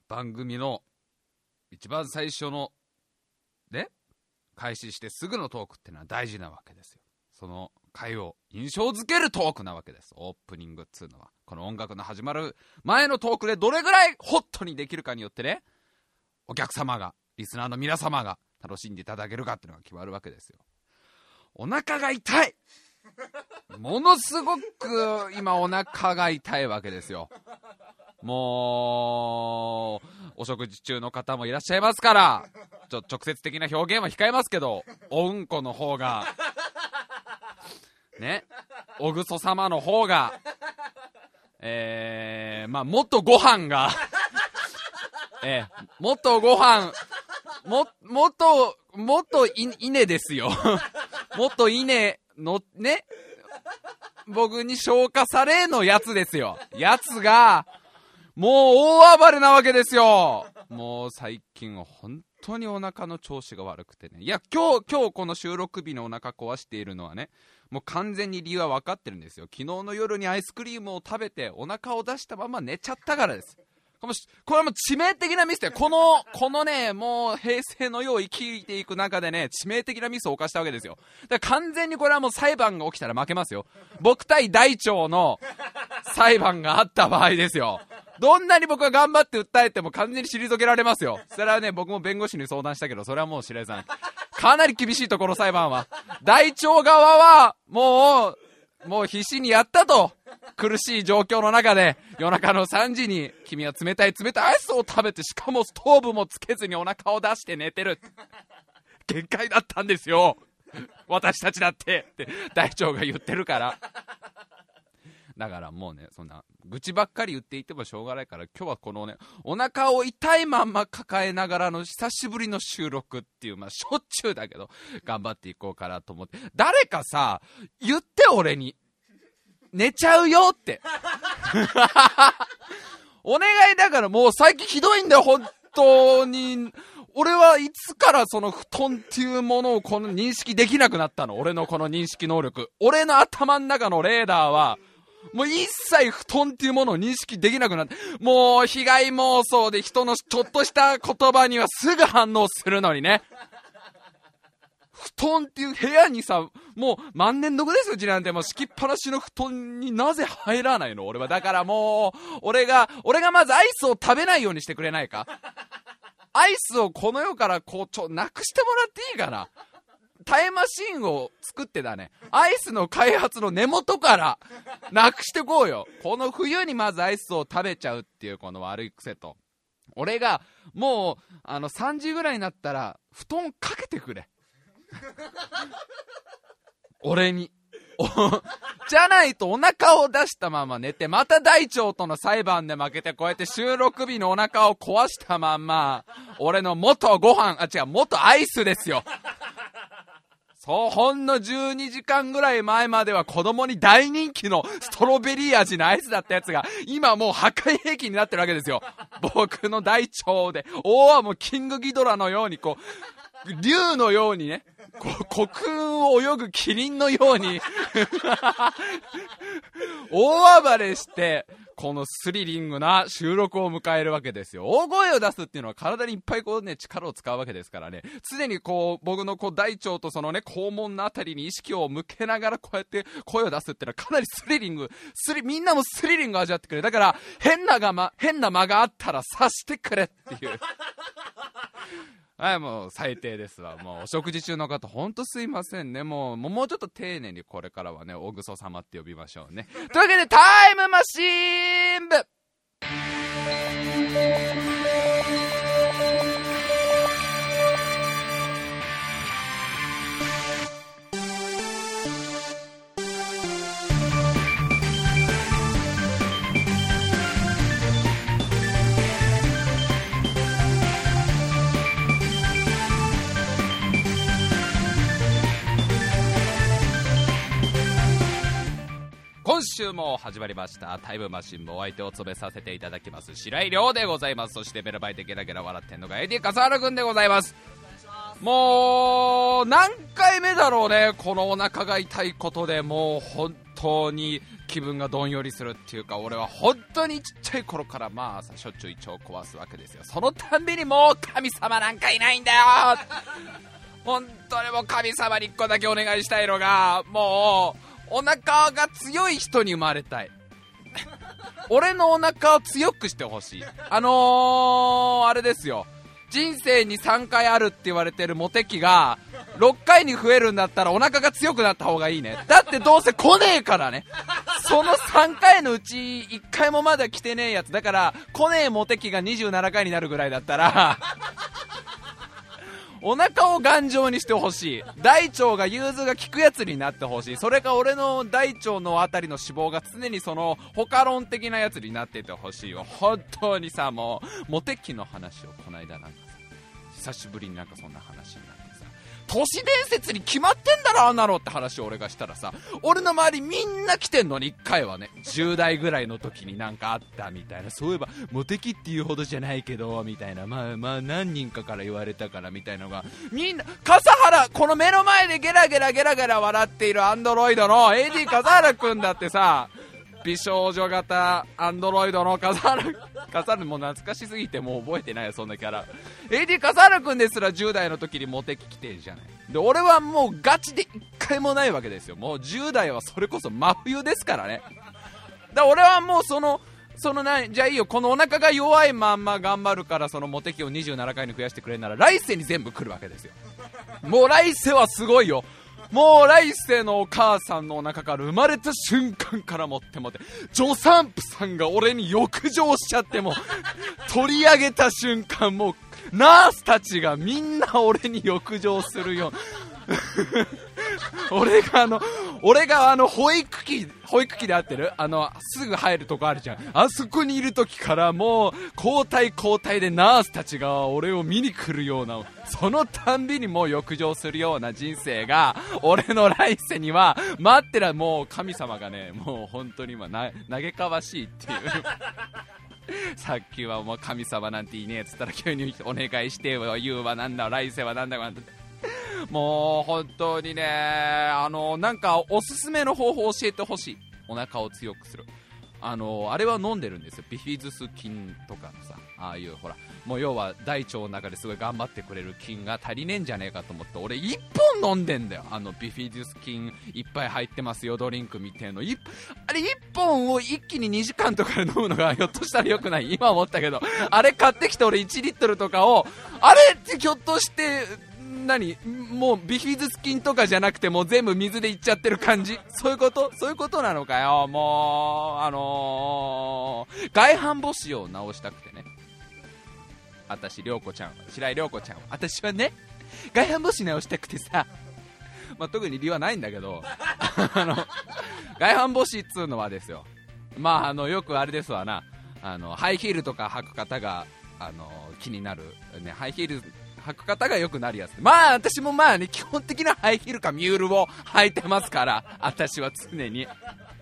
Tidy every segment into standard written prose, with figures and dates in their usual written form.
番組の一番最初のね、開始してすぐのトークってのは大事なわけですよ。その回を印象づけるトークなわけです。オープニングっつうのはこの音楽の始まる前のトークでどれぐらいホットにできるかによってね、お客様が、リスナーの皆様が楽しんでいただけるかっていうのが決まるわけですよ。お腹が痛い、ものすごく今お腹が痛いわけですよ。もうお食事中の方もいらっしゃいますから、直接的な表現は控えますけど、おうんこの方がね、おぐそ様の方がまあ元ご飯が元ご飯元稲ですよ元稲のね、僕に消化されのやつですよ。やつがもう大暴れなわけですよ。もう最近は本当にお腹の調子が悪くてね。いや今日この収録日のお腹壊しているのはね、もう完全に理由は分かってるんですよ。昨日の夜にアイスクリームを食べてお腹を出したまま寝ちゃったからです。これはもう致命的なミスだよ。このね、もう平成の世を生きていく中でね、致命的なミスを犯したわけですよ。だから完全にこれはもう裁判が起きたら負けますよ。僕対大腸の裁判があった場合ですよ。どんなに僕が頑張って訴えても完全に退けられますよ。それはね、僕も弁護士に相談したけど、それはもう白井さん、かなり厳しいところ、裁判は。大腸側はもう必死にやったと。苦しい状況の中で夜中の3時に君は冷たいアイスを食べて、しかもストーブもつけずにお腹を出して寝てる。限界だったんですよ私たちだって大腸が言ってるから。だからもうね、そんな愚痴ばっかり言っていてもしょうがないから、今日はこのね、お腹を痛いまんま抱えながらの久しぶりの収録っていう、まあしょっちゅうだけど頑張っていこうかなと思って。誰かさ言って、俺に寝ちゃうよってお願いだから。もう最近ひどいんだよ本当に。俺はいつからその布団っていうものをこの認識できなくなったの。俺のこの認識能力、俺の頭の中のレーダーはもう一切布団っていうものを認識できなくなって、もう被害妄想で人のちょっとした言葉にはすぐ反応するのにね。布団っていう部屋にさ、もう万年毒ですようちなんて。もう敷きっぱなしの布団になぜ入らないの俺は。だからもう俺がまずアイスを食べないようにしてくれないか。アイスをこの世からなくしてもらっていいかな。タイムマシンを作ってだね、アイスの開発の根元からなくしてこうよ。この冬にまずアイスを食べちゃうっていうこの悪い癖と、俺がもう3時ぐらいになったら布団かけてくれ俺にじゃないとお腹を出したまま寝て、また大腸との裁判で負けて、こうやって収録日のお腹を壊したまんま俺の元ご飯、元アイスですよ。そう、ほんの12時間ぐらい前までは子供に大人気のストロベリー味のアイスだったやつが、今もう破壊兵器になってるわけですよ。僕の大腸でもうキングギドラのように竜のようにね、虚空を泳ぐキリンのように大暴れして、このスリリングな収録を迎えるわけですよ。大声を出すっていうのは体にいっぱい力を使うわけですからね。常に僕の大腸とそのね、肛門のあたりに意識を向けながらこうやって声を出すっていうのはかなりスリリング。みんなもスリリングを味わってくれ。だから変な間があったら察してくれっていうはい、もう最低ですわ。もうお食事中の方ほんとすいませんね。もうちょっと丁寧にこれからはね、おぐそ様って呼びましょうね。というわけでタイムマシーン部、今週も始まりましたタイムマシン部、お相手を務めさせていただきます白井亮でございます。そしてベルバイでゲラゲラ笑ってんのが AD 笠原くんでございます。もう何回目だろうね、このお腹が痛いことで。もう本当に気分がどんよりするっていうか、俺は本当にちっちゃい頃からまあしょっちゅう胃腸を壊すわけですよ。そのたんびにもう神様なんかいないんだよ本当にもう神様に一個だけお願いしたいのが、もうお腹が強い人に生まれたい俺のお腹を強くしてほしい。あれですよ、人生に3回あるって言われてるモテ期が6回に増えるんだったらお腹が強くなった方がいいね。だってどうせ来ねえからね。その3回のうち1回もまだ来てねえやつだから、来ねえモテ期が27回になるぐらいだったらお腹を頑丈にしてほしい。大腸が融通が効くやつになってほしい。それか俺の大腸のあたりの脂肪が常にそのホカロン的なやつになっててほしいよ。本当にさ、もうモテ期の話をこの間なんかさ、久しぶりになんかそんな話になってさ、都市伝説に決まってんだろあんなのって話を俺がしたらさ、俺の周りみんな来てんのに1回はね、10代ぐらいの時になんかあったみたいな、そういえばモテ期っていうほどじゃないけどみたいな、まあ何人かから言われたからみたいなのが、みんな笠原、この目の前でゲラゲラ笑っているアンドロイドの AD 笠原くんだってさ、美少女型アンドロイドの笠原もう懐かしすぎてもう覚えてないよそんなキャラ。 AD 笠原くんですら10代の時にモテ期来てるじゃない。で俺はもうガチで1回もないわけですよ。もう10代はそれこそ真冬ですからね。だから俺はもうそのじゃあいいよ、このお腹が弱いまんま頑張るから、そのモテ期を27回に増やしてくれるなら来世に全部来るわけですよ。もう来世はすごいよ。もう来世のお母さんのお腹から生まれた瞬間からもって助産婦さんが俺に浴場しちゃって、もう取り上げた瞬間、もうナースたちがみんな俺に浴場するよ俺が保育器で合ってるすぐ入るとこあるじゃん。あそこにいる時からもう交代でナースたちが俺を見に来るような、そのたんびにもう浴場するような人生が俺の来世には待ってら、もう神様がね、もう本当に今嘆かわしいっていうさっきはもう神様なんていねえっつったら急にお願いしてよ、言うはなんだ来世はなんだなんだもう本当にね、なんかおすすめの方法を教えてほしい。お腹を強くするあれは飲んでるんですよ、ビフィズス菌とかのさ、ああいうほら、もう要は大腸の中ですごい頑張ってくれる菌が足りねえんじゃねえかと思って俺1本飲んでんだよ。ビフィズス菌いっぱい入ってますよドリンクみたいの、あれ1本を一気に2時間とかで飲むのがひょっとしたら良くない今思ったけど、あれ買ってきて俺1リットルとかを、あれってひょっとしてもうビフィズス菌とかじゃなくてもう全部水でいっちゃってる感じ、そういうことなのかよ。もう外反母趾を治したくてね、白井涼子ちゃん私はね外反母趾治したくてさ、特に理由はないんだけど外反母趾っつうのはですよ、よくあれですわな、ハイヒールとか履く方が気になるね、ハイヒール履く方がよくなるやつ。私も基本的なハイヒールかミュールを履いてますから、私は常に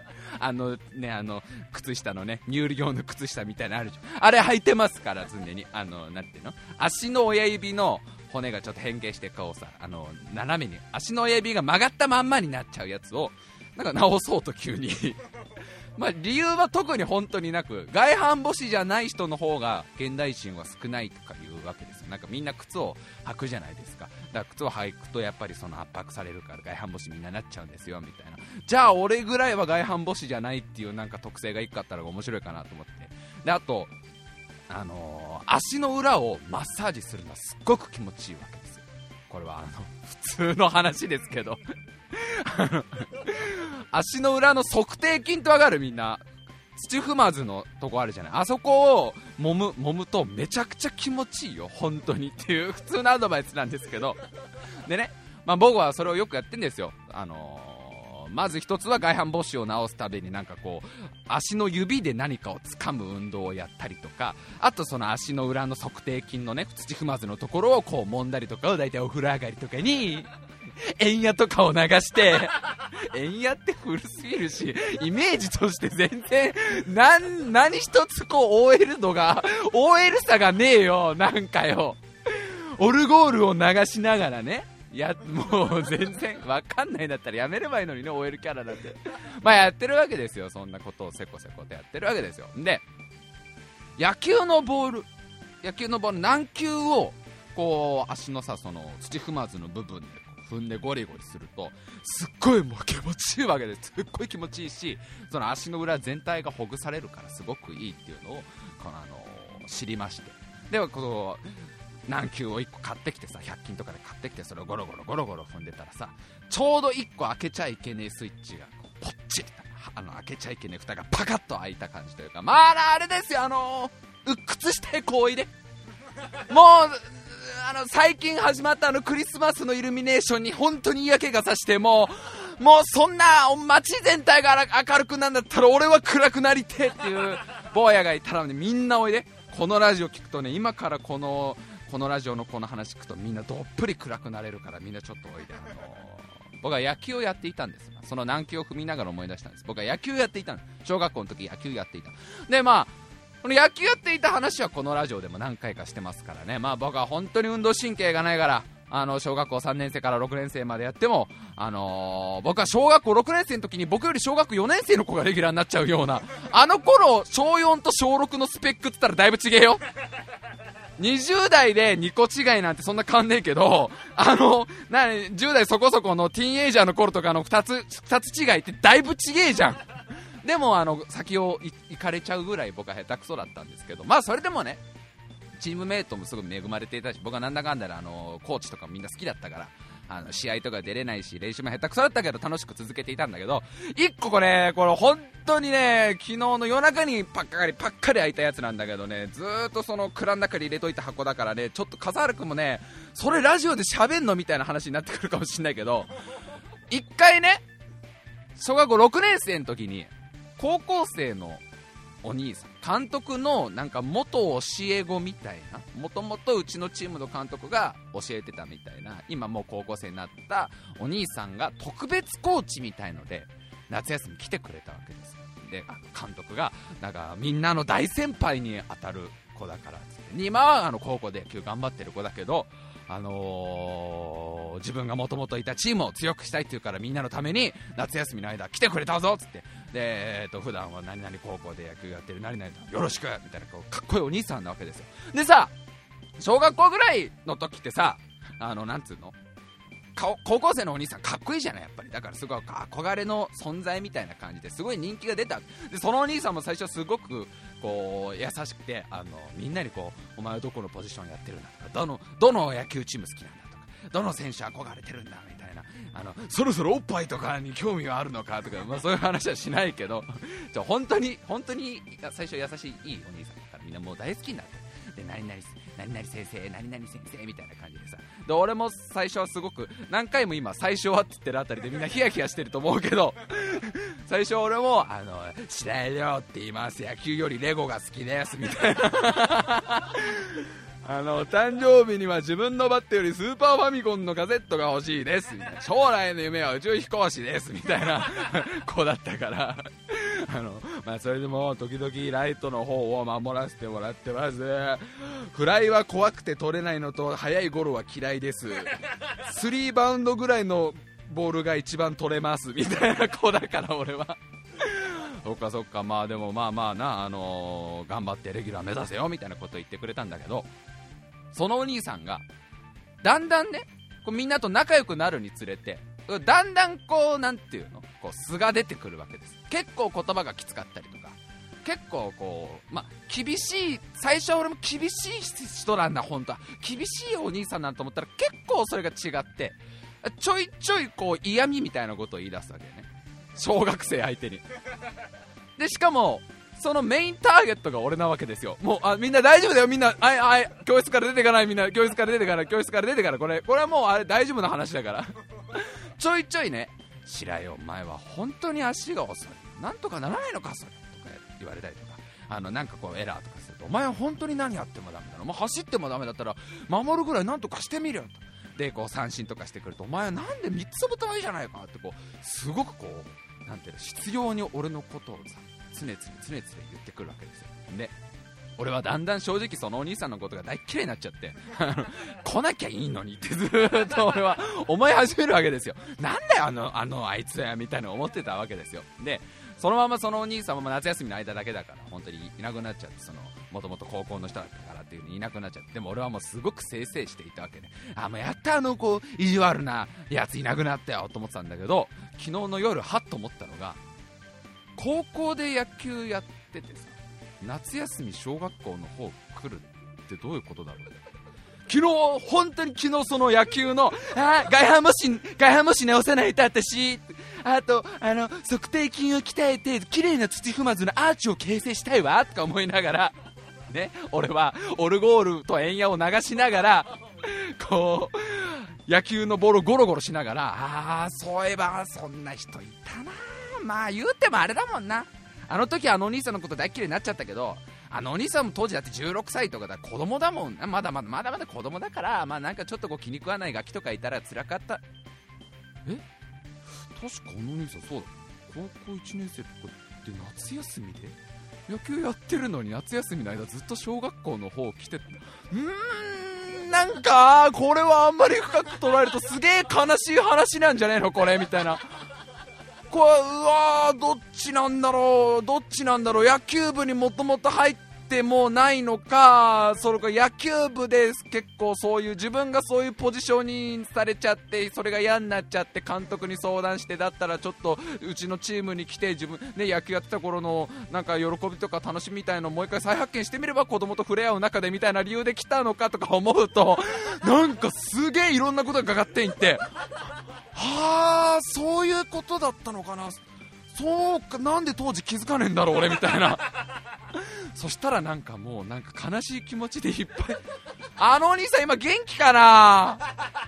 靴下のね、ミュール用の靴下みたいなのあるじゃん、あれ履いてますから常に。なんていうの、足の親指の骨がちょっと変形してこうさ、斜めに足の親指が曲がったまんまになっちゃうやつをなんか直そうと急に理由は特に本当になく、外反母趾じゃない人の方が現代人は少ないとかいうわけですよ。なんかみんな靴を履くじゃないですか。だから靴を履くとやっぱりその圧迫されるから外反母趾みんななっちゃうんですよみたいな。じゃあ俺ぐらいは外反母趾じゃないっていうなんか特性が一個あったら面白いかなと思って。であと足の裏をマッサージするのはすっごく気持ちいいわけですよ。これは普通の話ですけど足の裏の足底筋ってわかる？みんな土踏まずのとこあるじゃない、あそこを揉むとめちゃくちゃ気持ちいいよ本当にっていう普通のアドバイスなんですけど、でね、僕はそれをよくやってんですよ。まず一つは外反母趾を治すためになんかこう足の指で何かを掴む運動をやったりとか、あとその足の裏の足底筋のね、土踏まずのところをこう揉んだりとかをだいたいお風呂上がりとかに円矢とかを流して円矢って古すぎるしイメージとして全然何一つこう OL さがねえよ。なんかよオルゴールを流しながらね、 いやもう全然わかんないんだったらやめればいいのにね、 OL キャラなんてまあやってるわけですよ。そんなことをせこせことやってるわけですよ。で野球のボール軟球をこう足のさ、その土踏まずの部分で踏んでゴリゴリするとすっごいもう気持ちいいわけです。すっごい気持ちいいし、その足の裏全体がほぐされるからすごくいいっていうのを知りまして、でこう軟球を1個買ってきてさ、100均とかで買ってきて、それをゴロゴロ踏んでたらさ、ちょうど1個開けちゃいけねえスイッチがこうポッチリ開けちゃいけねえ蓋がパカッと開いた感じというか、まああれですよ、鬱屈した行為でもう最近始まったクリスマスのイルミネーションに本当に嫌気がさして、もうそんな街全体が明るくなんだったら俺は暗くなりてっていう坊やがいたら、ね、みんなおいで。このラジオ聞くとね、今からこのラジオのこの話聞くとみんなどっぷり暗くなれるから、みんなちょっとおいで。僕は野球をやっていたんです。その軟球を踏みながら思い出したんです。僕は野球やっていたの。小学校の時野球やっていた。でまあこの野球やっていた話はこのラジオでも何回かしてますからね。まあ僕は本当に運動神経がないから、小学校3年生から6年生までやっても、僕は小学校6年生の時に僕より小学4年生の子がレギュラーになっちゃうような、頃小4と小6のスペックって言ったらだいぶ違えよ。20代で2個違いなんてそんな変わんねえけど、10代そこそこのティーンエイジャーの頃とかの2つ違いってだいぶ違えじゃん。でも先を行かれちゃうぐらい僕は下手くそだったんですけど、まあそれでもね、チームメイトもすごい恵まれていたし、僕はなんだかんだでコーチとかみんな好きだったから、試合とか出れないし練習も下手くそだったけど楽しく続けていたんだけど、一個これ本当にね、昨日の夜中にパッカリ開いたやつなんだけどね、ずーっとその蔵の中に入れといた箱だからね、ちょっと笠原くんもね、それラジオで喋んのみたいな話になってくるかもしれないけど、一回ね、小学校6年生の時に高校生のお兄さん、監督のなんか元教え子みたいな、もともとうちのチームの監督が教えてたみたいな、今もう高校生になったお兄さんが特別コーチみたいので夏休み来てくれたわけです。で監督がなんかみんなの大先輩に当たる子だからっつって、今は高校で野球頑張ってる子だけど、自分がもともといたチームを強くしたいっていうからみんなのために夏休みの間来てくれたぞっつって、で、普段は何々高校で野球やってる何々だよろしくみたいなかっこいいお兄さんなわけですよ。でさ、小学校ぐらいの時ってさ、なんつうの、高校生のお兄さんかっこいいじゃないやっぱり。だからすごい憧れの存在みたいな感じですごい人気が出た。でそのお兄さんも最初すごくこう優しくて、みんなにお前はどこのポジションやってるんだとか、どの野球チーム好きなんだとか、どの選手憧れてるんだみたいな、そろそろおっぱいとかに興味はあるのかとか、まあ、そういう話はしないけど本当に最初優しいいいお兄さんだからみんなもう大好きになって、で何々先生何々先生みたいな感じでさ、で俺も最初はすごく何回も今最初はって言ってるあたりでみんなヒヤヒヤしてると思うけど最初俺も白井亮って言います、野球よりレゴが好きですみたいな誕生日には自分のバットよりスーパーファミコンのカセットが欲しいですみたいな、将来の夢は宇宙飛行士ですみたいな子だったからまあ、それでも時々ライトの方を守らせてもらってます。フライは怖くて取れないのと速いゴロは嫌いです。3バウンドぐらいのボールが一番取れますみたいな子だから俺はそっか、まあでもまあな、頑張ってレギュラー目指せよみたいなことを言ってくれたんだけど、そのお兄さんがだんだんね、みんなと仲良くなるにつれてだんだんなんていうの、素が出てくるわけです。結構言葉がきつかったりとか、結構厳しい、最初は俺も厳しい人なんだ、本当は厳しいお兄さんなんと思ったら結構それが違って、ちょいちょい嫌味みたいなことを言い出すわけね、小学生相手に。でしかもそのメインターゲットが俺なわけですよ。もうみんな大丈夫だよ、みんな教室から出てかない、みんな教室から出てからこれはもう大丈夫な話だからちょいちょいね、白井お前は本当に足が遅い、なんとかならないのかそれとか言われたりとか、なんかエラーとかすると、お前は本当に何やってもダメだろ、もう走ってもダメだったら守るぐらいなんとかしてみるよと。で三振とかしてくると、お前はなんで3つ飛ぶといいじゃないかってすごくなんていうの、執拗に俺のことをさ常々言ってくるわけですよ。で俺はだんだん正直そのお兄さんのことが大っ嫌いになっちゃって来なきゃいいのにってずーっと俺は思い始めるわけですよ。なんだよあいつやみたいな思ってたわけですよ。でそのままそのお兄さんも夏休みの間だけだから本当にいなくなっちゃって、もともと高校の人だったからっていう風にいなくなっちゃって、でも俺はもうすごくせいせいしていたわけで、もうやったこう意地悪なやついなくなったよと思ってたんだけど、昨日の夜はっと思ったのが、高校で野球やっててさ、夏休み小学校の方来るってどういうことだろうね。本当に昨日その野球の外反母趾直さないと私、あと測定筋を鍛えて綺麗な土踏まずのアーチを形成したいわとか思いながらね、俺はオルゴールと円矢を流しながらこう野球のボールをゴロゴロしながら、そういえばそんな人いたな。まあ言うてもあれだもんな、あの時お兄さんのこと大っ嫌いになっちゃったけど、お兄さんも当時だって16歳とかだ、子供だもん、まだまだ子供だから、まあなんかちょっとこう気に食わないガキとかいたら辛かった。確かお兄さんそうだ、高校1年生とかって夏休みで野球やってるのに夏休みの間ずっと小学校の方来てた。なんかこれはあんまり深く捉えるとすげえ悲しい話なんじゃねえのこれみたいな。これどっちなんだろう、野球部にもともと入ってもないのか、それか野球部で結構そういう自分がそういうポジションにされちゃってそれが嫌になっちゃって監督に相談して、だったらちょっとうちのチームに来て自分ね、野球やってた頃のなんか喜びとか楽しみみたいのをもう一回再発見してみれば子供と触れ合う中でみたいな理由で来たのかとか思うとなんかすげえいろんなことがかかっていって、そういうことだったのかな、そうか、なんで当時気づかねえんだろう俺みたいなそしたらなんかもうなんか悲しい気持ちでいっぱいお兄さん今元気かな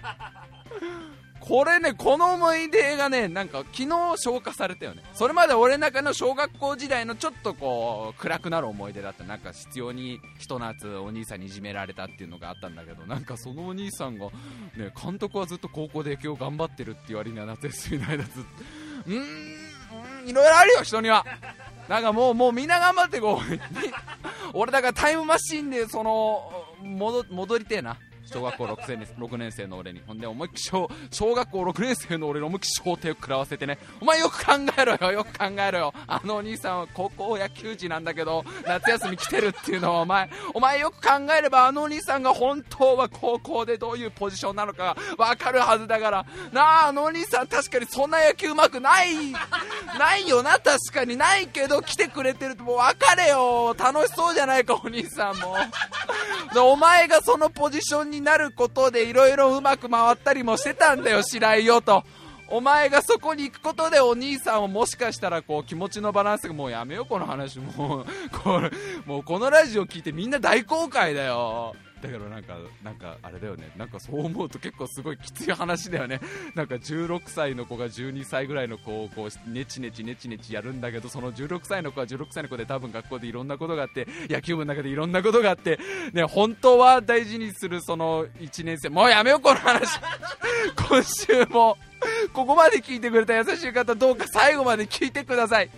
これね、この思い出がね、なんか昨日消化されたよね。それまで俺の中の小学校時代のちょっとこう暗くなる思い出だった。なんか必要にひと夏お兄さんにいじめられたっていうのがあったんだけど、なんかそのお兄さんがね、監督はずっと高校で野球を頑張ってるって言われには夏休みの間ずっといろいろあるよ人には。なんかもうみんな頑張ってこう俺だからタイムマシーンで戻りてえな、小学校6年生の俺に。ほんで思いっきり小学校6年生の俺に思いっきり小手を食らわせてね、お前よく考えろよ、お兄さんは高校野球児なんだけど夏休み来てるっていうのはお前よく考えればお兄さんが本当は高校でどういうポジションなのかわかるはずだからな。お兄さん確かにそんな野球うまくないよな、確かにないけど来てくれてるともう分かれよ、楽しそうじゃないかお兄さんもお前がそのポジションになることでいろいろうまく回ったりもしてたんだよ白井よと。お前がそこに行くことでお兄さんをもしかしたらこう気持ちのバランスが、もうやめようこの話、もうこのラジオ聞いてみんな大公開だよ。だからなんかあれだよね、なんかそう思うと結構すごいきつい話だよね。なんか16歳の子が12歳ぐらいの子をこうネチネチやるんだけど、その16歳の子は16歳の子で多分学校でいろんなことがあって、野球部の中でいろんなことがあってね、本当は大事にするその1年生、もうやめようこの話今週もここまで聞いてくれた優しい方、どうか最後まで聞いてください。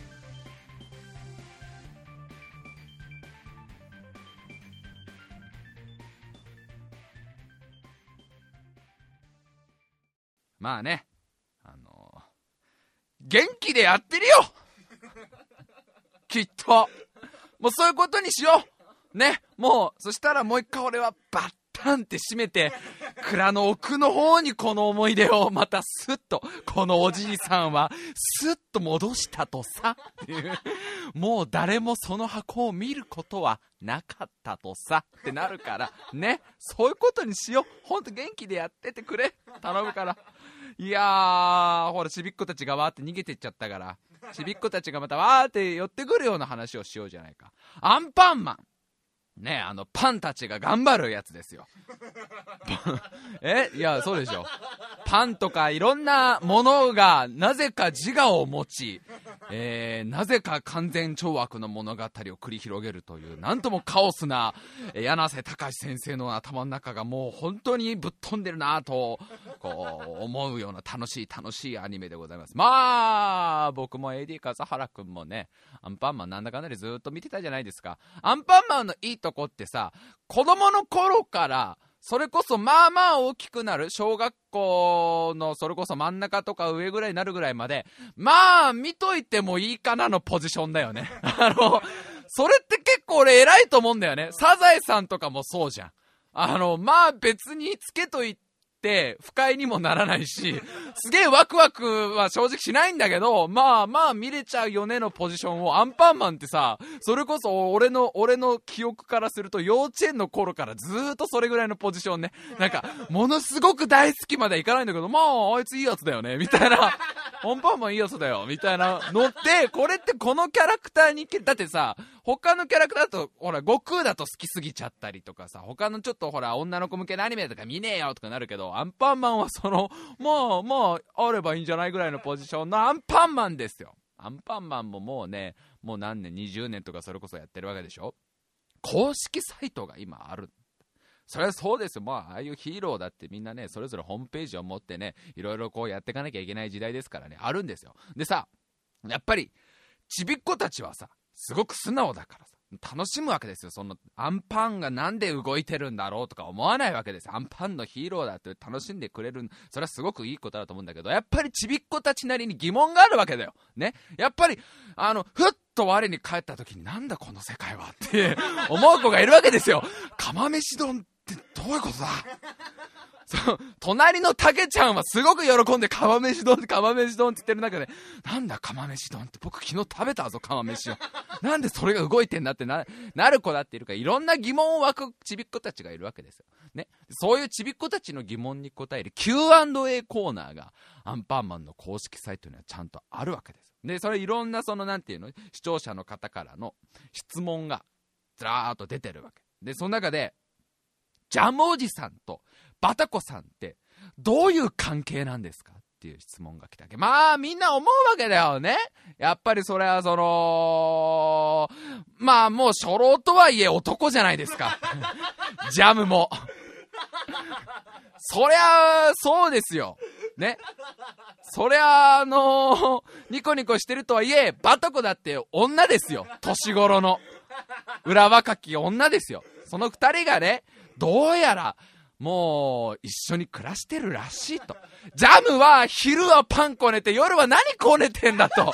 まあね、元気でやってるよきっと。もうそういうことにしようね。もうそしたらもう一回俺はバッタンって閉めて、蔵の奥の方にこの思い出をまたスッとこのおじいさんはスッと戻したとさっていう、もう誰もその箱を見ることはなかったとさってなるからね。そういうことにしよう。ほんと元気でやっててくれ、頼むから。いやー、ほらちびっ子たちがわーって逃げてっちゃったから、ちびっ子たちがまたわーって寄ってくるような話をしようじゃないか。アンパンマンね、パンたちが頑張るやつですよいやそうでしょ。パンとかいろんなものがなぜか自我を持ちなぜか完全懲悪の物語を繰り広げるという、なんともカオスな、柳瀬隆先生の頭の中がもう本当にぶっ飛んでるなとこう思うような楽しいアニメでございます。まあ僕も AD 笠原くんもね、アンパンマンなんだかんだでずっと見てたじゃないですか。アンパンマンのいいとこってさ、子供の頃からそれこそまあまあ大きくなる小学校のそれこそ真ん中とか上ぐらいになるぐらいまで、まあ見といてもいいかなのポジションだよね。それって結構俺偉いと思うんだよね。サザエさんとかもそうじゃん。まあ別につけといて不快にもならないし、すげえワクワクは正直しないんだけど、まあまあ見れちゃうよねのポジションを、アンパンマンってさ、それこそ俺の記憶からすると幼稚園の頃からずーっとそれぐらいのポジションね。なんかものすごく大好きまではいかないんだけど、まああいついいやつだよねみたいな、アンパンマンいいやつだよみたいなのって、これってこのキャラクターにだってさ、他のキャラクターだとほら悟空だと好きすぎちゃったりとかさ、他のちょっとほら女の子向けのアニメとか見ねえよとかなるけど、アンパンマンはそのまああればいいんじゃないぐらいのポジションのアンパンマンですよ。アンパンマンももうね、もう何年20年とかそれこそやってるわけでしょ。公式サイトが今ある。それはそうですよ。まあああいうヒーローだってみんなね、それぞれホームページを持ってね、いろいろこうやっていかなきゃいけない時代ですからね、あるんですよ。でさ、やっぱりちびっ子たちはさ、すごく素直だからさ、楽しむわけですよ。そのアンパンがなんで動いてるんだろうとか思わないわけです。アンパンのヒーローだって楽しんでくれる、それはすごくいいことだと思うんだけど、やっぱりちびっ子たちなりに疑問があるわけだよね。やっぱりふっと我に返った時に、なんだこの世界はって思う子がいるわけですよ。釜飯丼ってどういうことだ。そう、隣のたけちゃんはすごく喜んで釜飯丼って言ってる中で、なんだ釜飯丼って僕昨日食べたぞ釜飯を。なんでそれが動いてんだってなる子だっているから、いろんな疑問を湧くちびっ子たちがいるわけですよ。ね。そういうちびっ子たちの疑問に答える Q&A コーナーがアンパンマンの公式サイトにはちゃんとあるわけです。で、それいろんなそのなんていうの、視聴者の方からの質問がずらーっと出てるわけ。で、その中で、ジャムおじさんとバタコさんってどういう関係なんですかっていう質問が来たわけ。まあみんな思うわけだよね。やっぱりそれはその、まあもう初老とはいえ男じゃないですか。ジャムも。そりゃそうですよ。ね。そりゃニコニコしてるとはいえ、バタコだって女ですよ。年頃の裏若き女ですよ。その二人がね、どうやらもう一緒に暮らしてるらしいと。ジャムは昼はパンこねて夜は何こねてんだと。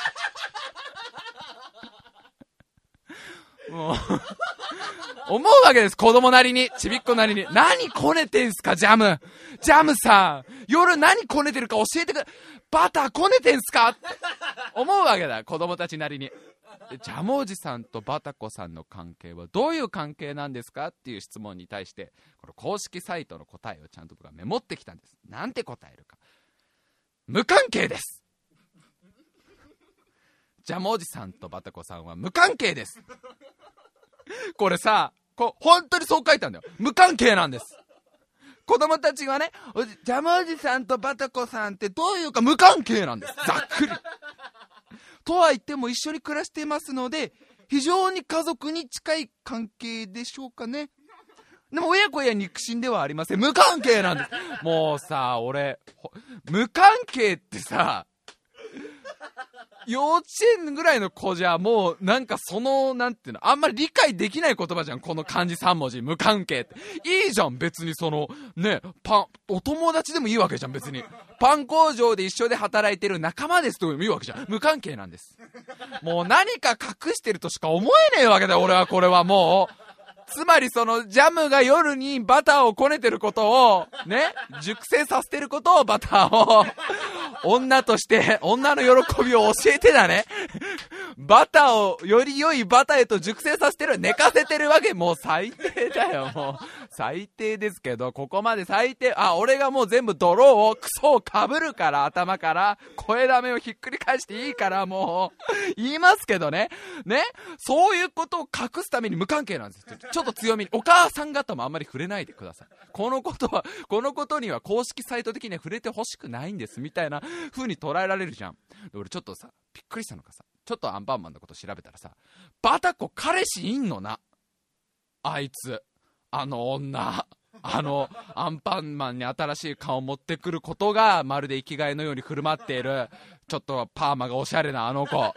もう思うわけです。子供なりに、ちびっこなりに、何こねてんすかジャムさん、夜何こねてるか教えてくれ、バターこねてんすかって思うわけだ、子供たちなりに。でジャムおじさんとバタコさんの関係はどういう関係なんですかっていう質問に対して、この公式サイトの答えをちゃんと僕はメモってきたんです。なんて答えるか。無関係です。ジャムおじさんとバタコさんは無関係です。これさ、本当にそう書いたんだよ。無関係なんです。子供たちはね、ジャムおじさんとバタコさんってどういうか無関係なんです。ざっくり。とは言っても一緒に暮らしていますので、非常に家族に近い関係でしょうかね。でも親子や肉親ではありません。無関係なんです。もうさ、俺無関係ってさ、幼稚園ぐらいの子じゃもうなんかそのなんていうの、あんまり理解できない言葉じゃん、この漢字3文字無関係って。いいじゃん別に、そのね、お友達でもいいわけじゃん別に。パン工場で一緒で働いてる仲間ですともいいわけじゃん。無関係なんです。もう何か隠してるとしか思えねえわけだよ俺は。これはもうつまりそのジャムが夜にバターをこねてることをね、熟成させてることを、バターを女として女の喜びを教えてだね、バターをより良いバターへと熟成させてる、寝かせてるわけ。もう最低だよ。もう最低ですけど、ここまで最低。俺がもう全部泥をクソをかぶるから、頭から声だめをひっくり返していいからもう言いますけどね、そういうことを隠すために無関係なんです。ちょっと強めに、お母さん方もあんまり触れないでください。このことには公式サイト的には触れてほしくないんですみたいな風に捉えられるじゃん。で俺ちょっとさびっくりしたのがさ、 ちょっとアンパンマンのこと調べたらさ、バタコ彼氏いんのな。あいつ、あの女、アンパンマンに新しい顔を持ってくることがまるで生きがいのように振る舞っている、ちょっとパーマがおしゃれなあの子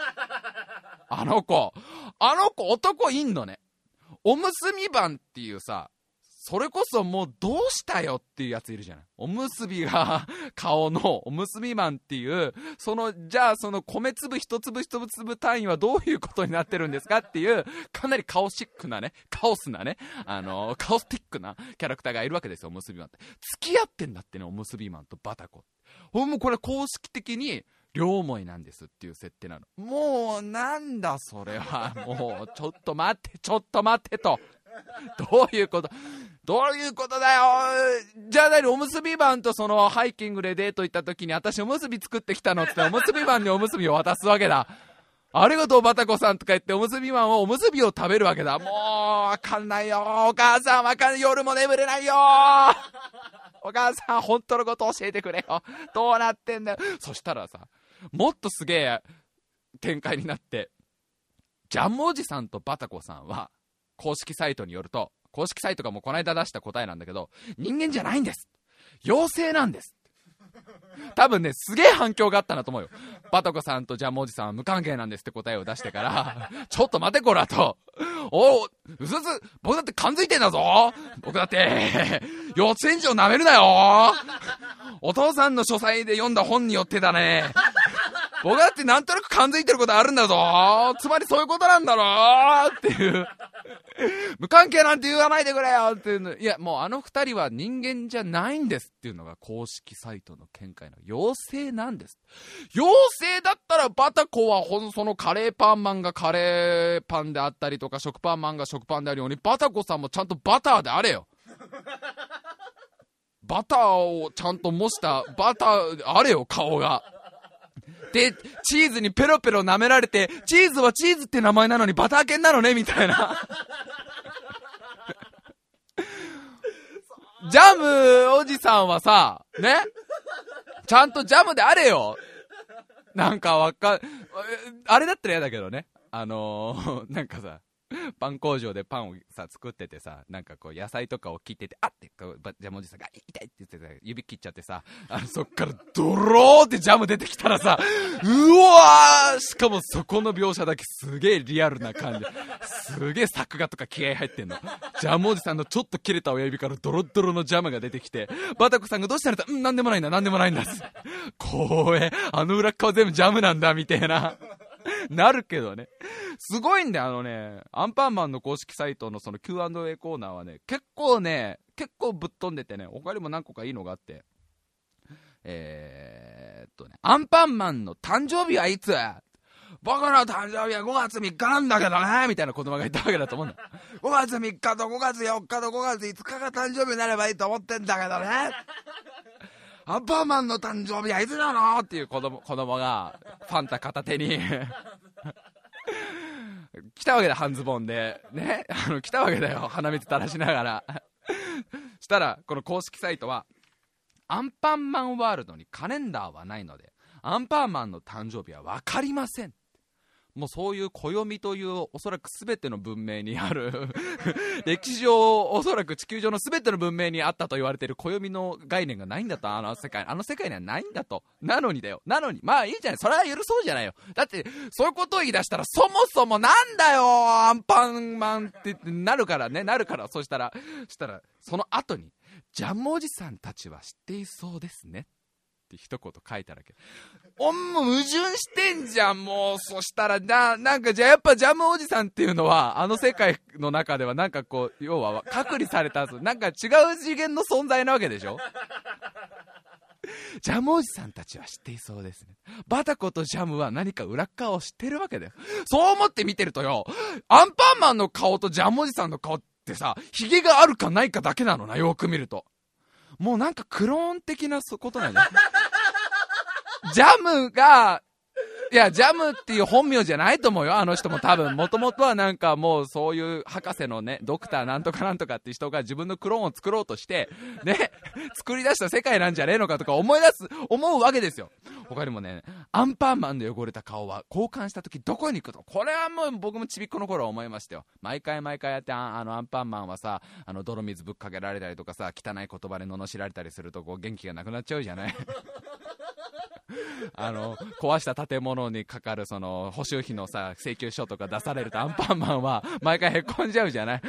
男いんのね。おむすび版っていうさ、それこそもうどうしたよっていうやついるじゃない。おむすびが顔のおむすびマンっていう、じゃあその米粒一粒一粒単位はどういうことになってるんですかっていう、かなりカオスティックなね、カオスティックなキャラクターがいるわけですよ、おむすびマンって。付き合ってんだってね、おむすびマンとバタコ。もうこれ公式的に両思いなんですっていう設定なの。もうなんだそれは。もうちょっと待ってと。どういうことだよ。じゃあ何、おむすびマンとそのハイキングでデート行った時に、私おむすび作ってきたのっておむすびマンにおむすびを渡すわけだ。ありがとうバタコさんとか言っておむすびマンはおむすびを食べるわけだ。もうわかんないよ、お母さんわかんない、夜も眠れないよお母さん本当のこと教えてくれよ、どうなってんだよ。そしたらさ、もっとすげえ展開になって、ジャムおじさんとバタコさんは公式サイトによると、公式サイトがもうこの間出した答えなんだけど、人間じゃないんです、妖精なんです。多分ね、すげえ反響があったなと思うよ。バタコさんとジャムおじさんは無関係なんですって答えを出してからちょっと待てこらと、うすうす、僕だって感づいてんだぞ、僕だって幼稚園児を舐めるなよ、お父さんの書斎で読んだ本によってだね、僕だってなんとなく感づいてることあるんだぞ、つまりそういうことなんだろっていう無関係なんて言わないでくれよっていうの。いや、もうあの二人は人間じゃないんですっていうのが公式サイトの見解の妖精なんです。妖精だったらバタコはそのカレーパンマンがカレーパンであったりとか、食パンマンが食パンであるように、バタコさんもちゃんとバターであれよ。バターをちゃんと模したバターあれよ、顔が。で、チーズにペロペロ舐められて、チーズはチーズって名前なのにバター犬なのねみたいなジャムおじさんはさ、ね、ちゃんとジャムであれよ。なんかあれだったら嫌だけどね、なんかさ、パン工場でパンをさ作っててさ、なんかこう野菜とかを切ってて、あってこうジャムおじさんが痛いって言ってた、指切っちゃってさ、そっからドローってジャム出てきたらさ、うわー、しかもそこの描写だけすげえリアルな感じ、すげえ作画とか気合入ってんの。ジャムおじさんのちょっと切れた親指からドロッドロのジャムが出てきて、バタコさんがどうしたのって、なんでもないんだ光栄、あの裏側全部ジャムなんだみたいななるけどね、すごいんだよ。アンパンマンの公式サイトのその Q&A コーナーはね、結構ぶっ飛んでてね、他にも何個かいいのがあって、アンパンマンの誕生日はいつ？僕の誕生日は5月3日なんだけどねみたいな子供がいたわけだと思うんだ。5月3日と5月4日と5月5日が誕生日になればいいと思ってんだけどねアンパンマンの誕生日はいつなのっていう子供がファンタ片手に来たわけだ、半ズボンでね、来たわけだよ、鼻水垂らしながらしたらこの公式サイトは、アンパンマンワールドにカレンダーはないのでアンパンマンの誕生日は分かりません。もうそういう暦というおそらく全ての文明にある歴史上おそらく地球上の全ての文明にあったと言われている暦の概念がないんだと、あの世界にはないんだと。なのにまあいいじゃない、それは許そうじゃないよ。だってそういうことを言い出したら、そもそもなんだよアンパンマンってなるから。そしたらその後に、ジャムおじさんたちは知っていそうですねって一言書いただけ。もう矛盾してんじゃん、もう。そしたらなんかじゃあやっぱジャムおじさんっていうのはあの世界の中ではなんかこう、要は隔離されたなんか違う次元の存在なわけでしょジャムおじさんたちは知っていそうですね。バタコとジャムは何か裏側を知ってるわけだよ。そう思って見てるとよ、アンパンマンの顔とジャムおじさんの顔ってさ、ヒゲがあるかないかだけなのな、よく見ると。もうなんかクローン的なことなんだよジャムがいや、ジャムっていう本名じゃないと思うよ、あの人も多分。もともとはなんかもうそういう博士のね、ドクターなんとかなんとかって人が自分のクローンを作ろうとして、ね、作り出した世界なんじゃねえのかとか思うわけですよ。他にもね、アンパンマンの汚れた顔は交換した時どこに行くと。これはもう僕もちびっこの頃は思いましたよ。毎回やってアンパンマンはさ、泥水ぶっかけられたりとかさ、汚い言葉で罵られたりするとこう元気がなくなっちゃうじゃない壊した建物にかかるその補修費のさ請求書とか出されるとアンパンマンは毎回へこんじゃうじゃない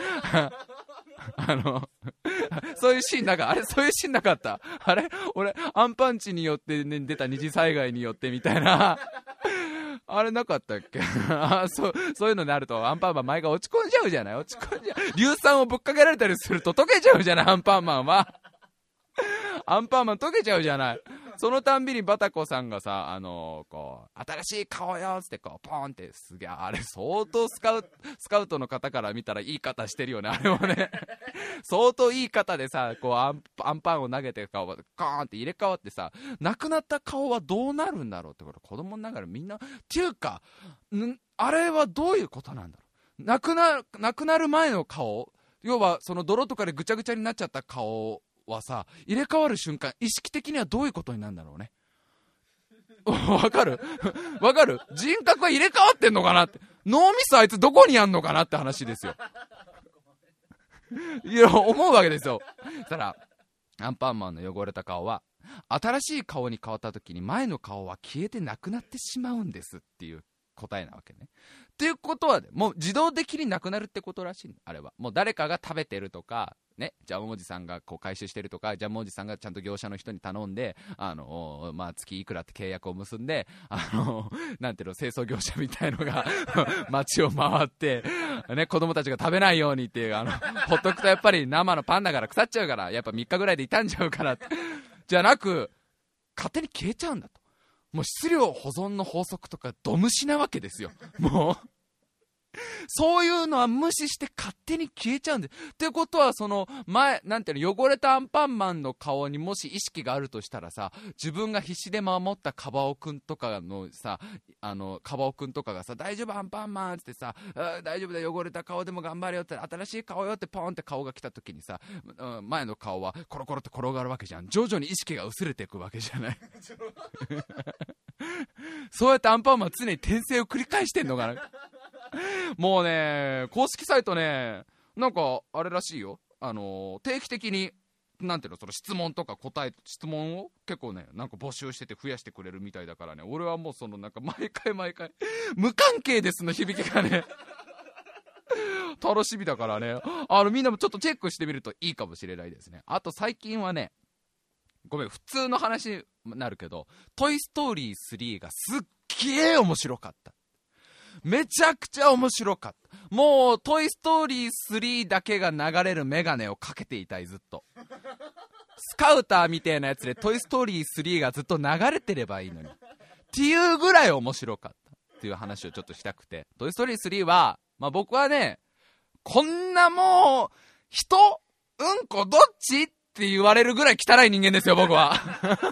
そういうシーンそういうシーンなかった？あれ俺アンパンチによって、ね、出た二次災害によってみたいなあれなかったっけそういうのになるとアンパンマン毎回落ち込んじゃうじゃない。落ち込んじゃう。硫酸をぶっかけられたりすると溶けちゃうじゃない、アンパンマンはアンパンマン溶けちゃうじゃない。そのたんびにバタコさんがさ、こう新しい顔よっつってこうポーンって、すげえ、あれ相当スカウトの方から見たらいい方してるよね、あれもね相当いい方でさ、こうアンパンを投げて顔がカーンって入れ替わってさ、亡くなった顔はどうなるんだろうって、これ子供ながらみんなっていうか、あれはどういうことなんだろう。亡くなる前の顔、要はその泥とかでぐちゃぐちゃになっちゃった顔はさ、入れ替わる瞬間意識的にはどういうことになるんだろうねわかる人格は入れ替わってんのかなって、脳みそあいつどこにあんのかなって話ですよいや思うわけですよ。そしたらアンパンマンの汚れた顔は新しい顔に変わった時に前の顔は消えてなくなってしまうんですっていう答えなわけね。っていうことはもう自動的になくなるってことらしい。あれはもう誰かが食べてるとかね、ジャムおじさんがこう回収してるとか、ジャムおじさんがちゃんと業者の人に頼んで、まあ、月いくらって契約を結んで、なんていうの、清掃業者みたいのが街を回って、ね、子供たちが食べないようにっていう、ほっとくとやっぱり生のパンだから腐っちゃうから、やっぱ3日ぐらいで傷んじゃうからってじゃなく、勝手に消えちゃうんだと。もう質量保存の法則とかド無視なわけですよ。もうそういうのは無視して勝手に消えちゃうんで。ってことはそのなんていうの、汚れたアンパンマンの顔にもし意識があるとしたらさ、自分が必死で守ったカバオくんとかのさ、カバオくんとかがさ、大丈夫アンパンマンってさ、大丈夫だ汚れた顔でも頑張れよって、新しい顔よってポンって顔が来た時にさ、前の顔はコロコロって転がるわけじゃん。徐々に意識が薄れていくわけじゃないそうやってアンパンマンは常に転生を繰り返してんのかなもうね、公式サイトね、なんかあれらしいよ、定期的になんていうの、その質問とか質問を結構ね、なんか募集してて増やしてくれるみたいだからね、俺はもうそのなんか毎回無関係ですの響きがね楽しみだからね、みんなもちょっとチェックしてみるといいかもしれないですね。あと最近はね、ごめん普通の話になるけど、トイストーリー3がすっげー面白かった。めちゃくちゃ面白かった。もうトイストーリー3だけが流れるメガネをかけていたい、ずっと。スカウターみたいなやつでトイストーリー3がずっと流れてればいいのにっていうぐらい面白かったっていう話をちょっとしたくて。トイストーリー3は、まあ、僕はね、こんなもう人うんこどっちって言われるぐらい汚い人間ですよ、僕は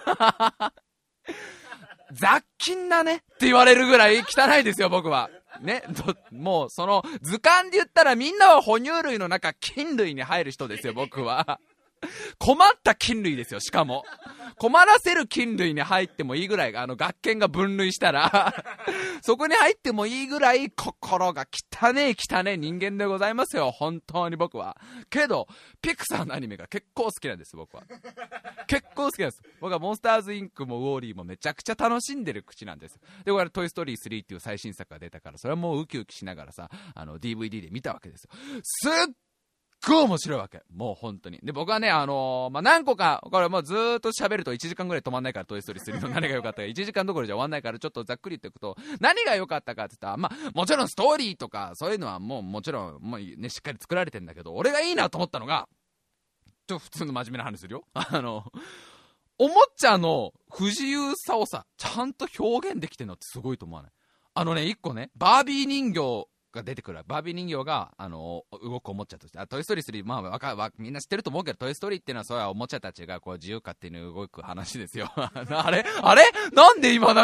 雑菌だねって言われるぐらい汚いですよ、僕はね。もうその図鑑で言ったらみんなは哺乳類の中菌類に入る人ですよ、僕は。困った菌類ですよ。しかも困らせる菌類に入ってもいいぐらい、学研が分類したらそこに入ってもいいぐらい心が汚ね人間でございますよ、本当に僕は。けどピクサーのアニメが結構好きなんです、僕は。結構好きなんです。僕はモンスターズインクもウォーリーもめちゃくちゃ楽しんでる口なんです。でこれトイストーリー3っていう最新作が出たから、それはもうウキウキしながらさ、DVD で見たわけですよ。すっごい面白いわけ、もう本当に。で僕はね、何個か、これもうずーっと喋ると1時間ぐらい止まんないから、トイストーリー3の何が良かったか1時間どころじゃ終わんないから、ちょっとざっくり言っていくと、何が良かったかって言ったら、まあもちろんストーリーとかそういうのはもちろんもうね、しっかり作られてんだけど、俺がいいなと思ったのが、普通の真面目な話するよ。おもちゃの不自由さをさ、ちゃんと表現できてるのってすごいと思わない？一個ね、バービー人形が出てくる。バービー人形が動くおもちゃとして、トイストーリー3、まあみんな知ってると思うけど、トイストーリーっていうのはそういうおもちゃたちがこう自由勝手に動く話ですよ。あれなんで今なんか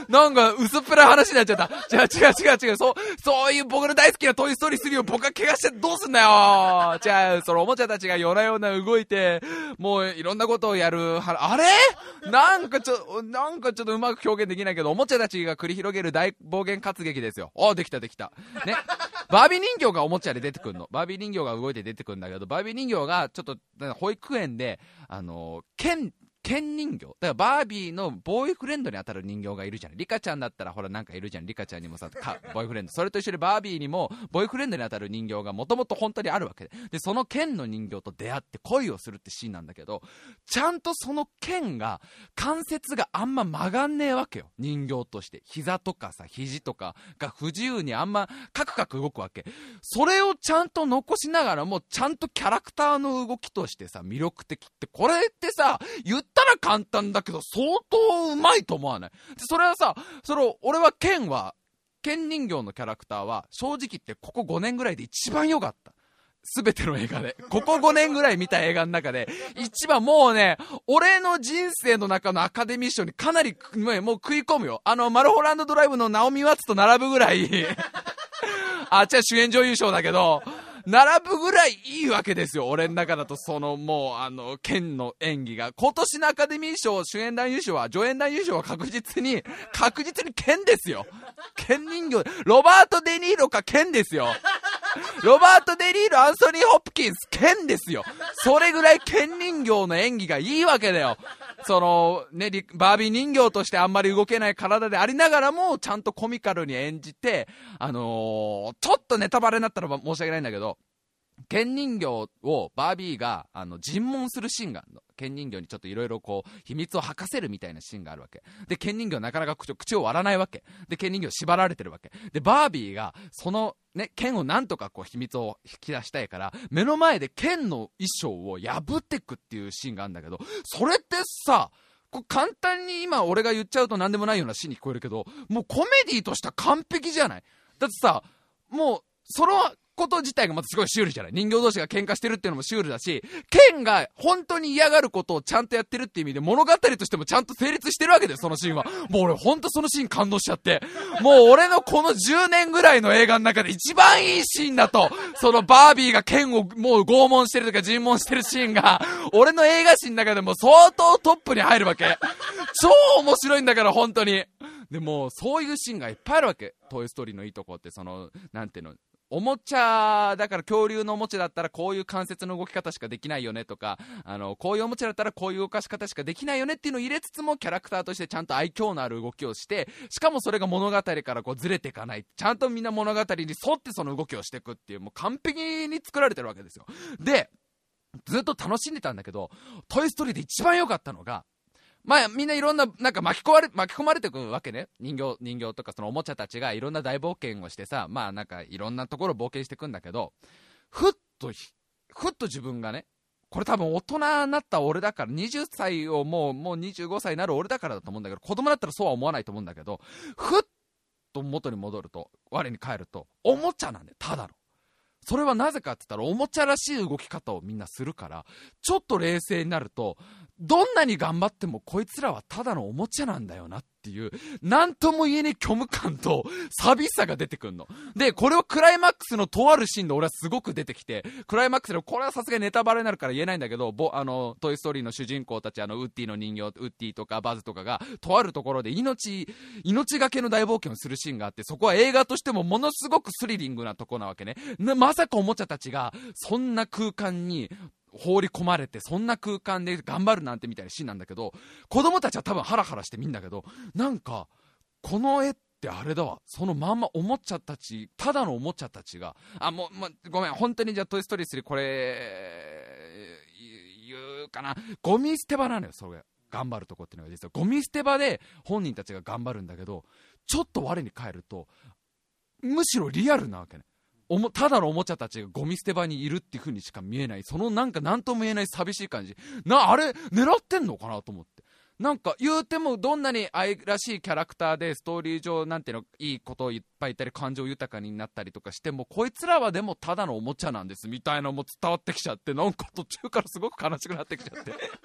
なんか薄っぺらい話になっちゃった。違う。そういう僕の大好きなトイストーリー3を僕が怪我してどうすんだよ。そのおもちゃたちが夜な夜な動いて、もういろんなことをやる。あれなんかちょっとうまく表現できないけど、おもちゃたちが繰り広げる大暴言活劇ですよ。できた。ね。バービー人形がおもちゃで出てくるの。バービー人形が動いて出てくるんだけど、バービー人形がちょっと保育園で、剣人形。だからバービーのボーイフレンドに当たる人形がいるじゃん。リカちゃんだったらほらなんかいるじゃん。リカちゃんにもさ、ボーイフレンド。それと一緒にバービーにもボーイフレンドに当たる人形がもともと本当にあるわけで。で、その剣の人形と出会って恋をするってシーンなんだけど、ちゃんとその剣が、関節があんま曲がんねえわけよ。人形として。膝とかさ、肘とかが不自由にあんまカクカク動くわけ。それをちゃんと残しながらも、ちゃんとキャラクターの動きとしてさ、魅力的って、これってさ、言ったら簡単だけど相当うまいと思わない？でそれはさ、俺は剣人形のキャラクターは正直言ってここ5年ぐらいで一番良かった。すべての映画で。ここ5年ぐらい見た映画の中で一番、もうね、俺の人生の中のアカデミー賞にかなりもう食い込むよ。マルホランドドライブのナオミ・ワッツと並ぶぐらい主演女優賞だけど並ぶぐらいいいわけですよ。俺の中だともう剣の演技が。今年のアカデミー賞主演男優賞は、助演男優賞は確実に剣ですよ。剣人形、ロバート・デ・ニーロか剣ですよ。ロバート・デ・ニーロ、アンソニー・ホプキンス、剣ですよ。それぐらい剣人形の演技がいいわけだよ。バービー人形としてあんまり動けない体でありながらも、ちゃんとコミカルに演じて、ちょっとネタバレになったら申し訳ないんだけど、剣人形をバービーが尋問するシーンがあるの。剣人形にちょっといろいろこう秘密を吐かせるみたいなシーンがあるわけで、剣人形なかなか口を割らないわけで、剣人形縛られてるわけで、バービーがそのね剣をなんとかこう秘密を引き出したいから目の前で剣の衣装を破ってくっていうシーンがあるんだけど、それってさ、簡単に今俺が言っちゃうと何でもないようなシーンに聞こえるけど、もうコメディとしては完璧じゃない？だってさ、もうそのこと自体がまたすごいシュールじゃない？人形同士が喧嘩してるっていうのもシュールだし、剣が本当に嫌がることをちゃんとやってるっていう意味で物語としてもちゃんと成立してるわけだよ、そのシーンは。もう俺本当そのシーン感動しちゃって、もう俺のこの10年ぐらいの映画の中で一番いいシーンだと、そのバービーが剣をもう拷問してるとか尋問してるシーンが俺の映画史の中でも相当トップに入るわけ。超面白いんだから本当に。でもそういうシーンがいっぱいあるわけ。トイストーリーのいいとこって、なんていうの、おもちゃだから恐竜のおもちゃだったらこういう関節の動き方しかできないよねとか、こういうおもちゃだったらこういう動かし方しかできないよねっていうのを入れつつも、キャラクターとしてちゃんと愛嬌のある動きをして、しかもそれが物語からこうずれていかない、ちゃんとみんな物語に沿ってその動きをしていくっていう、もう完璧に作られてるわけですよ。でずっと楽しんでたんだけど、トイストーリーで一番良かったのが、みんないろんな、なんか巻き込まれてくわけね。人形とかそのおもちゃたちがいろんな大冒険をしてさ、なんかいろんなところ冒険してくんだけど、ふっと自分がね、これ多分大人になった俺だから、20歳をもう25歳になる俺だからだと思うんだけど、子供だったらそうは思わないと思うんだけど、ふっと元に戻ると、我に返ると、おもちゃなんだよ、ただの。それはなぜかって言ったら、おもちゃらしい動き方をみんなするから、ちょっと冷静になると、どんなに頑張ってもこいつらはただのおもちゃなんだよなっていう、なんとも言えねえ虚無感と寂しさが出てくんの。で、これをクライマックスのとあるシーンで俺はすごく出てきて、クライマックスで、これはさすがにネタバレになるから言えないんだけど、トイストーリーの主人公たち、ウッディの人形、ウッディとかバズとかが、とあるところで命がけの大冒険をするシーンがあって、そこは映画としてもものすごくスリリングなとこなわけね。まさかおもちゃたちが、そんな空間に、放り込まれてそんな空間で頑張るなんてみたいなシーンなんだけど、子供たちは多分ハラハラして見んだけど、なんかこの絵ってあれだわ、そのまんまおもちゃたち、ただのおもちゃたちが、ごめん、本当にじゃあトイストーリー3これ言うかな、ゴミ捨て場なのよ、それ頑張るとこっていうのが実はゴミ捨て場で本人たちが頑張るんだけど、ちょっと我に返るとむしろリアルなわけね。ただのおもちゃたちがゴミ捨て場にいるっていう風にしか見えない、そのなんか何とも言えない寂しい感じ、あれ狙ってんのかなと思って、なんか言うてもどんなに愛らしいキャラクターでストーリー上なんていうのいいことをいっぱい言ったり感情豊かになったりとかしても、こいつらはでもただのおもちゃなんですみたいなのも伝わってきちゃって、なんか途中からすごく悲しくなってきちゃって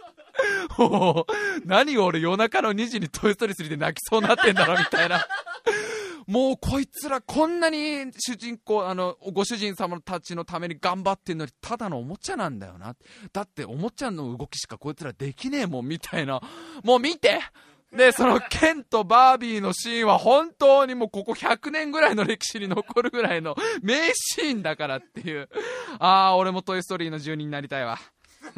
もう何俺夜中の2時にトイストーリー3で泣きそうになってんだろみたいな。もうこいつらこんなに主人公ご主人様たちのために頑張ってんのにただのおもちゃなんだよな。だっておもちゃの動きしかこいつらできねえもんみたいな。もう見て。でそのケンとバービーのシーンは本当にもうここ100年ぐらいの歴史に残るぐらいの名シーンだからっていう。俺もトイストーリーの住人になりたいわ。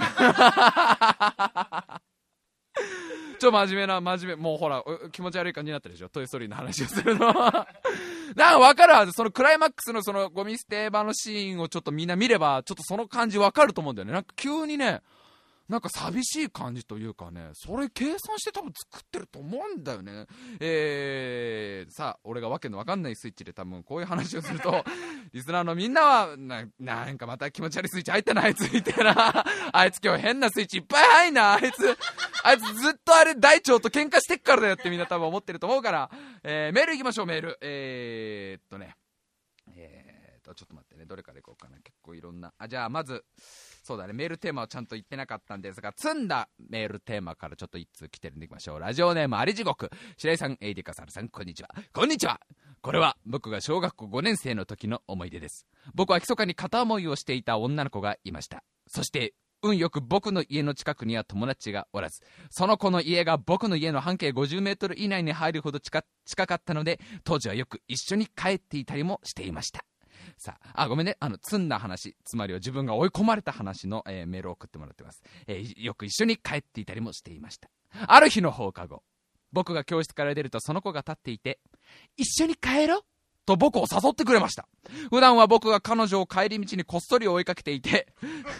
真面目、もうほら、気持ち悪い感じになったでしょ、トイストーリーの話をするの。なんか分かるはず、そのクライマックスのそのゴミ捨て場のシーンをちょっとみんな見れば、ちょっとその感じ分かると思うんだよね。なんか急にね、なんか寂しい感じというかね、それ計算して多分作ってると思うんだよね。さあ、俺がわけのわかんないスイッチで多分こういう話をすると、リスナーのみんなは、なんかまた気持ち悪いスイッチ入ったな、あいつみたいな。あいつ今日変なスイッチいっぱい入んな、あいつずっとあれ大腸と喧嘩してっからだよってみんな多分思ってると思うから、メール行きましょう、メール。ちょっと待ってね、どれからいこうかな。結構いろんな。じゃあまず、そうだね、メールテーマをちゃんと言ってなかったんですが、積んだメールテーマからちょっと一通来てるんでいきましょう。ラジオネームあり地獄。白井さん、エイディカサルさん、こんにちは。こんにちは。これは僕が小学校5年生の時の思い出です。僕は密かに片思いをしていた女の子がいました。そして運よく僕の家の近くには友達がおらず、その子の家が僕の家の半径50メートル以内に入るほど近かったので、当時はよく一緒に帰っていたりもしていました。さあ、ごめんね、積んだ話、つまりは自分が追い込まれた話の、メールを送ってもらってます。よく一緒に帰っていたりもしていました。ある日の放課後、僕が教室から出るとその子が立っていて、一緒に帰ろうと僕を誘ってくれました。普段は僕が彼女を帰り道にこっそり追いかけていて、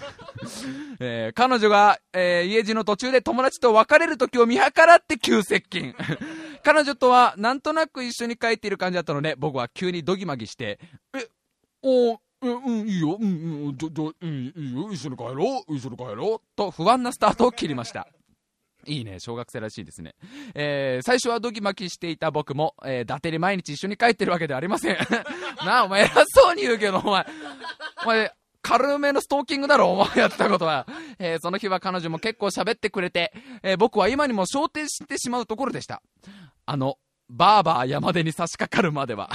彼女が、家路の途中で友達と別れる時を見計らって急接近。彼女とはなんとなく一緒に帰っている感じだったので、僕は急にドギマギして、いいよ、いいよ、一緒に帰ろうと不安なスタートを切りました。いいね、小学生らしいですね。最初はドギマキしていた僕も、伊達に毎日一緒に帰ってるわけではありません。なあ、お前偉そうに言うけど、お前軽めのストーキングだろ、お前やったことは。その日は彼女も結構喋ってくれて、僕は今にも昇天してしまうところでした。バーバー山手に差し掛かるまでは。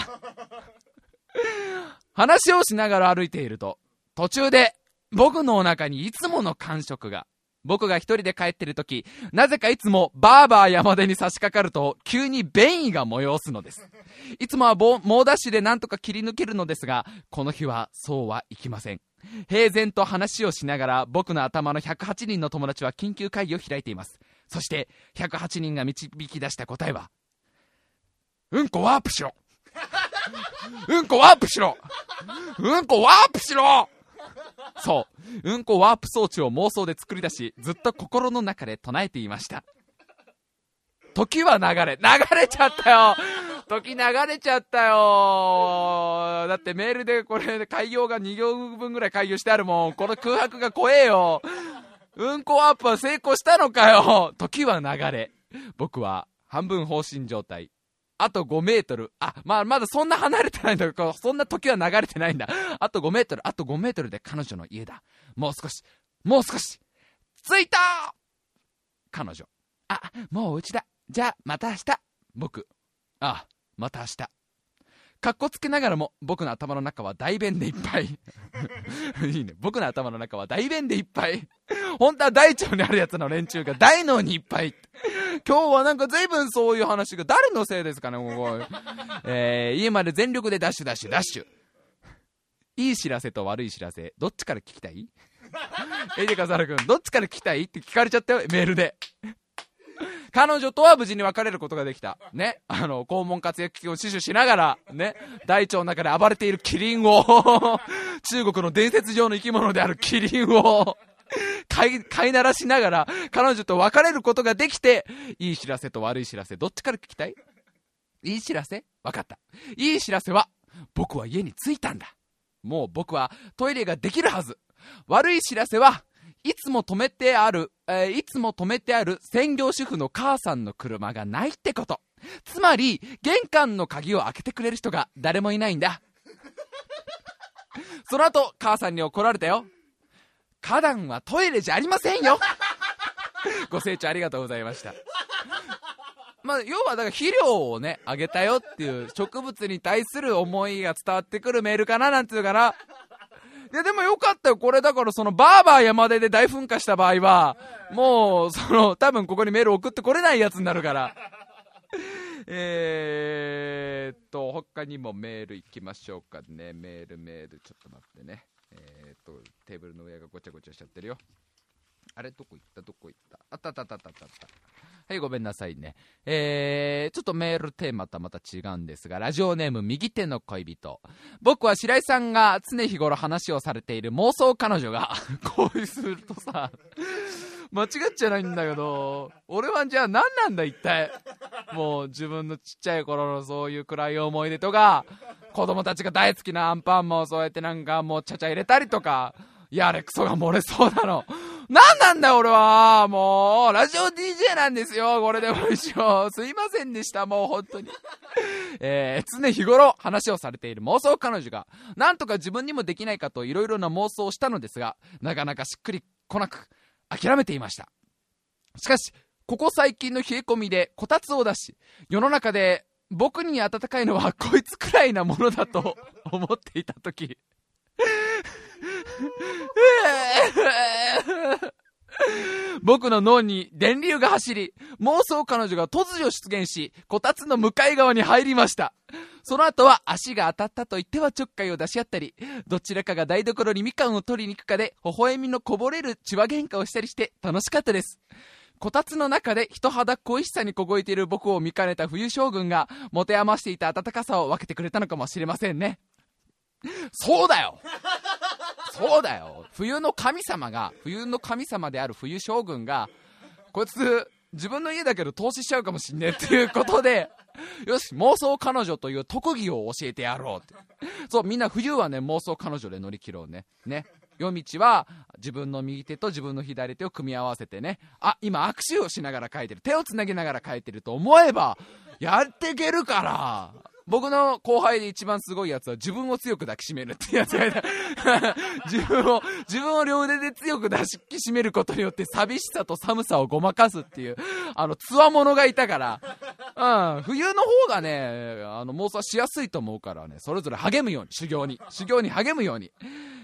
話をしながら歩いていると、途中で僕のお腹にいつもの感触が。僕が一人で帰ってるとき、なぜかいつもバーバー山手に差し掛かると急に便意が催すのです。いつもは猛ダッシュでなんとか切り抜けるのですが、この日はそうはいきません。平然と話をしながら僕の頭の108人の友達は緊急会議を開いています。そして108人が導き出した答えは、うんこワープしろうんこワープしろうんこワープしろ。そう、うんこワープ装置を妄想で作り出し、ずっと心の中で唱えていました。時は流れちゃったよ。時流れちゃったよ。だってメールでこれ開業が2行分ぐらい開業してあるもん。この空白が怖えよ。うんこワープは成功したのかよ。時は流れ、僕は半分放心状態。あと5メートル。まだそんな離れてないんだけど、そんな時は流れてないんだ。あと5メートルで彼女の家だ。もう少し。着いた。彼女。もうお家だ。じゃあまた明日。僕。また明日。かっこつけながらも僕の頭の中は大便でいっぱい。いいね。僕の頭の中は大便でいっぱい。本当は大腸にあるやつの連中が大脳にいっぱい。今日はなんか随分そういう話が誰のせいですかね、もう。家まで全力でダッシュ。いい知らせと悪い知らせ、どっちから聞きたい？エリカサル君、どっちから聞きたいって聞かれちゃったよ、メールで。彼女とは無事に別れることができた。ね。肛門活躍器を死守しながら、ね。大腸の中で暴れているキリンを、中国の伝説上の生き物であるキリンを、飼いならしながら、彼女と別れることができて、いい知らせと悪い知らせ、どっちから聞きたい？いい知らせ？わかった。いい知らせは、僕は家に着いたんだ。もう僕はトイレができるはず。悪い知らせは、いつも止めてある専業主婦の母さんの車がないってこと。つまり玄関の鍵を開けてくれる人が誰もいないんだ。その後母さんに怒られたよ。花壇はトイレじゃありませんよ。 ご清聴ありがとうございました。まあ、要はだから肥料をねあげたよっていう植物に対する思いが伝わってくるメールかななんていうかな。いやでもよかったよこれ。だからそのバーバー山出で大噴火した場合はもうその多分ここにメール送ってこれないやつになるから他にもメール行きましょうかね。メールちょっと待ってね。テーブルの上がごちゃごちゃしちゃってるよ。あれどこ行ったあったはい、ごめんなさいね。ちょっとメールテーマとはまた違うんですが、ラジオネーム右手の恋人。僕は白井さんが常日頃話をされている妄想彼女がこうするとさ間違っちゃないんだけど、俺はじゃあ何なんだ一体。もう自分のちっちゃい頃のそういう暗い思い出とか、子供たちが大好きなアンパンもそうやってなんかもうちゃちゃ入れたりとか、いやあれクソが漏れそうなの何なんだよ俺は。もうラジオ DJ なんですよ。これでも一応すいませんでした。もう本当に常日頃話をされている妄想彼女がなんとか自分にもできないかといろいろな妄想をしたのですが、なかなかしっくりこなく諦めていました。しかしここ最近の冷え込みでこたつを出し、世の中で僕に温かいのはこいつくらいなものだと思っていた時僕の脳に電流が走り、妄想彼女が突如出現し、こたつの向かい側に入りました。その後は足が当たったと言ってはちょっかいを出し合ったり、どちらかが台所にみかんを取りに行くかで微笑みのこぼれる血話喧嘩をしたりして楽しかったです。こたつの中で人肌恋しさに凍えている僕を見かねた冬将軍が持て余していた温かさを分けてくれたのかもしれませんね。そうだよ冬の神様である冬将軍がこいつ自分の家だけど投資しちゃうかもしんねえっていうことで、よし妄想彼女という特技を教えてやろうって。そう、みんな冬はね妄想彼女で乗り切ろうね。夜道は自分の右手と自分の左手を組み合わせてね、あ、今握手をしながら書いてる、手をつなぎながら書いてると思えばやっていけるから。僕の後輩で一番すごいやつは自分を強く抱きしめるってやつがいた自分を両腕で強く抱きしめることによって寂しさと寒さをごまかすっていうつわものがいたから、冬の方がね妄想しやすいと思うからね、それぞれ励むように修行に励むように。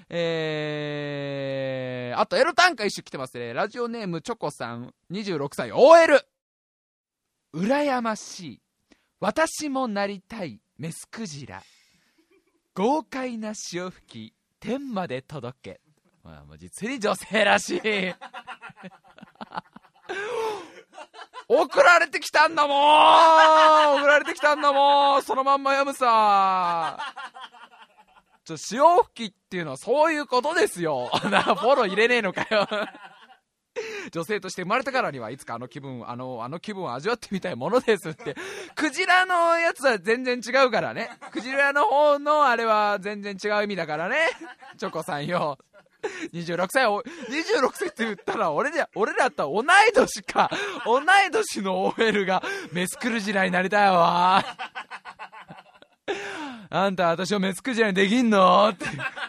あとエロ短歌一首来てますね。ラジオネームチョコさん26歳 OL。 羨ましい私もなりたいメスクジラ、豪快な潮吹き天まで届け。もう実に女性らしい送られてきたんだもんそのまんま読むさ。潮吹きっていうのはそういうことですよフォロー入れねえのかよ女性として生まれたからにはいつかあの気分を味わってみたいものですって。クジラのやつは全然違うからね。クジラの方のあれは全然違う意味だからね。チョコさんよ26歳って言ったら俺らと同い年か。同い年の OL がメスクジラになりたいわあんた私をメスクジラにできんのって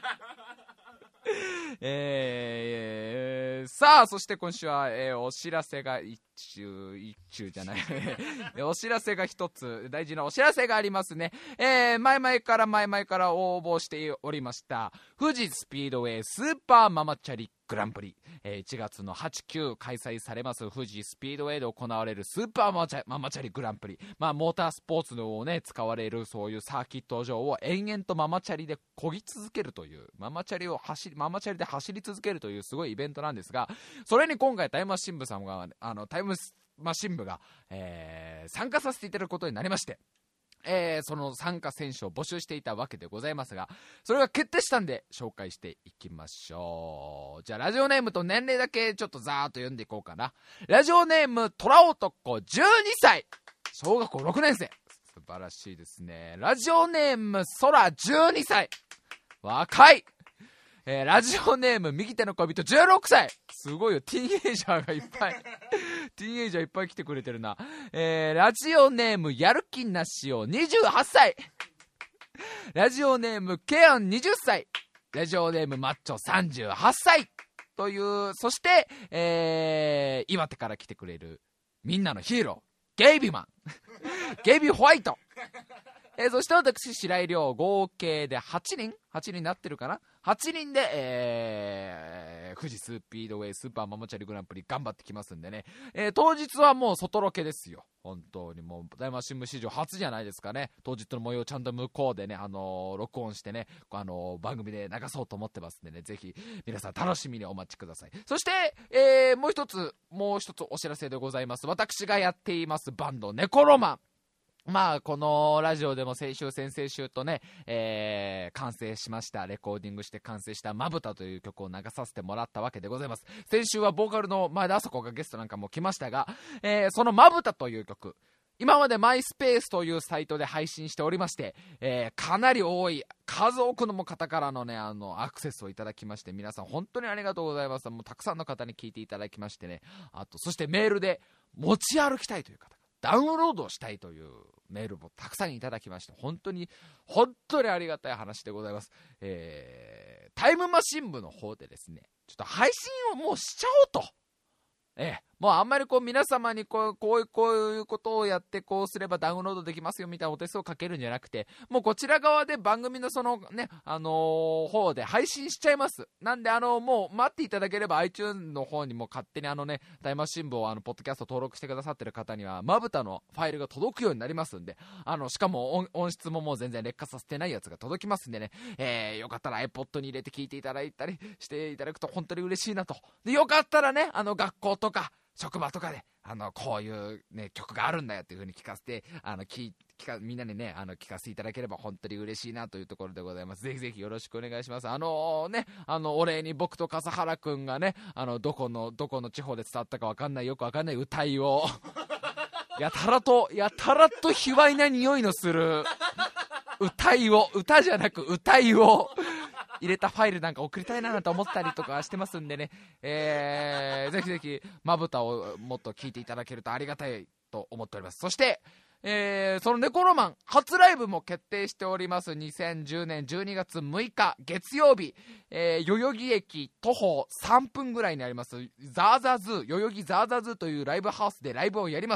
さあそして今週は、お知らせが一通じゃないお知らせが一つ、大事なお知らせがありますね。前々から応募しておりました富士スピードウェイスーパーママチャリグランプリ、1月の8、9開催されます富士スピードウェイで行われるスーパーママチャリグランプリ、モータースポーツをね使われるそういうサーキット場を延々とママチャリで漕ぎ続けるという、ママチャリで走り続けるというすごいイベントなんですが、それに今回タイムマシン部さんが参加させていただくことになりまして、その参加選手を募集していたわけでございますが、それが決定したんで紹介していきましょう。じゃあラジオネームと年齢だけちょっとざーっと読んでいこうかな。ラジオネームトラ男12歳、小学校6年生。素晴らしいですね。ラジオネーム空12歳、若い。ラジオネーム右手の恋人16歳。すごいよ、ティーンエイジャーがいっぱい来てくれてるな。ラジオネームやる気なしを28歳。ラジオネームケアン20歳。ラジオネームマッチョ38歳。 という、そして、岩手から来てくれるみんなのヒーロー、ゲイビーマンゲイビーホワイト、そして私白井亮、合計で8人になってるかな、8人で、富士スピードウェイスーパーママチャリグランプリ頑張ってきますんでね、当日はもう外ロケですよ。本当にもう大麻新聞史上初じゃないですかね。当日の模様をちゃんと向こうでね、録音してね、番組で流そうと思ってますんでね、ぜひ皆さん楽しみにお待ちください。そして、もう一つお知らせでございます。私がやっていますバンドネコロマン、まあこのラジオでも先々週とね、完成しました、レコーディングして完成したまぶたという曲を流させてもらったわけでございます。先週はボーカルの前田あさこがゲストなんかも来ましたが、そのまぶたという曲、今までマイスペースというサイトで配信しておりまして、かなり数多くの方からのね、アクセスをいただきまして、皆さん本当にありがとうございます。もうたくさんの方に聞いていただきましてね、そしてメールで持ち歩きたいという方、ダウンロードしたいというメールもたくさんいただきまして、本当にありがたい話でございます。タイムマシン部の方でですね、ちょっと配信をもうしちゃおうと。もうあんまり皆様にこういうことをやってこうすればダウンロードできますよみたいなお手数をかけるんじゃなくて、もうこちら側で番組のそのね、方で配信しちゃいます。なんでもう待っていただければ iTunes の方にも勝手にタイマー新聞をポッドキャスト登録してくださってる方にはまぶたのファイルが届くようになりますんで、しかも音質ももう全然劣化させてないやつが届きますんでね、よかったら iPod に入れて聞いていただいたりしていただくと本当に嬉しいなと。でよかったらね、学校とか職場とかでこういうね曲があるんだよっていう風に聞かせてみんなにね聞かせていただければ本当に嬉しいなというところでございます。ぜひぜひよろしくお願いします。お礼に僕と笠原くんがねどこの地方で伝わったかわかんない、よくわかんない歌いをやたらと卑猥な匂いのする歌じゃなく歌いを入れたファイルなんか送りたいなと思ったりとかしてますんでね、ぜひぜひまぶたをもっと聞いていただけるとありがたいと思っております。そして、そのネコロマン初ライブも決定しております。2010年12月6日月曜日、代々木駅徒歩3分ぐらいにありますザーザーズー、代々木ザーザーズーというライブハウスでライブをやります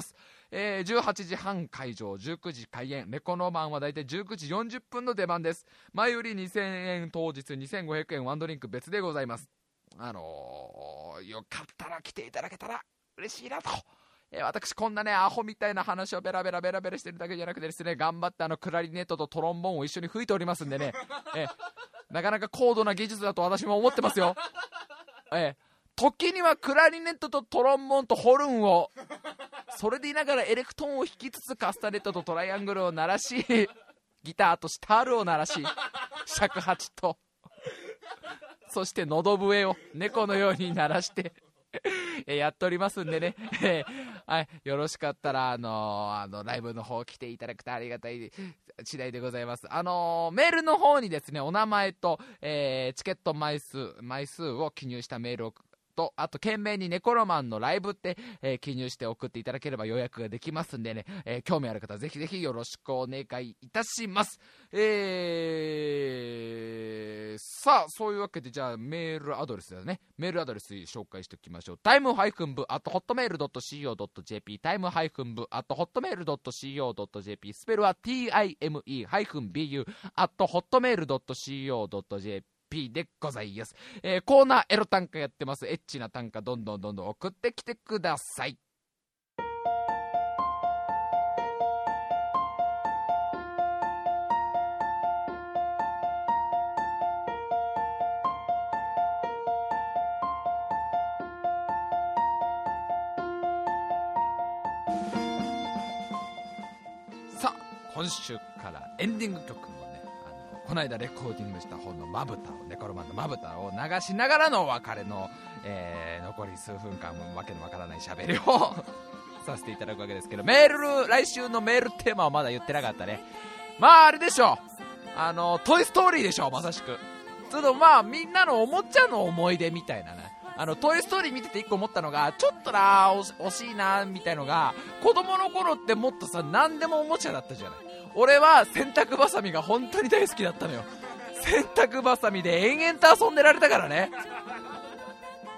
。18時半会場、19時開演。ネコロマンはだいたい19時40分の出番です。前売り2000円、当日2500円、ワンドリンク別でございます。よかったら来ていただけたら嬉しいなと。私こんなねアホみたいな話をベラベラしてるだけじゃなくてですね、頑張ってクラリネットとトロンボーンを一緒に吹いておりますんでね、なかなか高度な技術だと私も思ってますよ。時にはクラリネットとトロンボーンとホルンをそれでいながらエレクトーンを弾きつつカスタネットとトライアングルを鳴らし、ギターとシタールを鳴らし、尺八とそして喉笛を猫のように鳴らしてやっておりますんでね、はい、よろしかったらライブの方来ていただくとありがたい次第でございます。メールの方にですねお名前と、チケット枚数を記入したメールをと、あと懸命にネコロマンのライブって、記入して送っていただければ予約ができますんでね、興味ある方はぜひぜひよろしくお願いいたします。さあそういうわけでじゃあメールアドレスだね、メールアドレス紹介しておきましょう。time-bu@hotmail.co.jp time-bu@hotmail.co.jp スペルは time-bu@hotmail.co.jpでございます。コーナーエロ短歌やってます。エッチな短歌どんどん送ってきてください。さあ今週からエンディング曲もね、この間レコーディングした方のまぶたを、ネコロマンのまぶたを流しながらのお別れの、残り数分間もわけのわからない喋りをさせていただくわけですけど、来週のメールテーマはまだ言ってなかったね。まああれでしょ、トイストーリーでしょ、まさしく。ちょっとまあみんなのおもちゃの思い出みたいなね、トイストーリー見てて一個思ったのが、ちょっとな惜しいなみたいのが、子供の頃ってもっとさ何でもおもちゃだったじゃない。俺は洗濯バサミが本当に大好きだったのよ。洗濯バサミで延々と遊んでられたからね。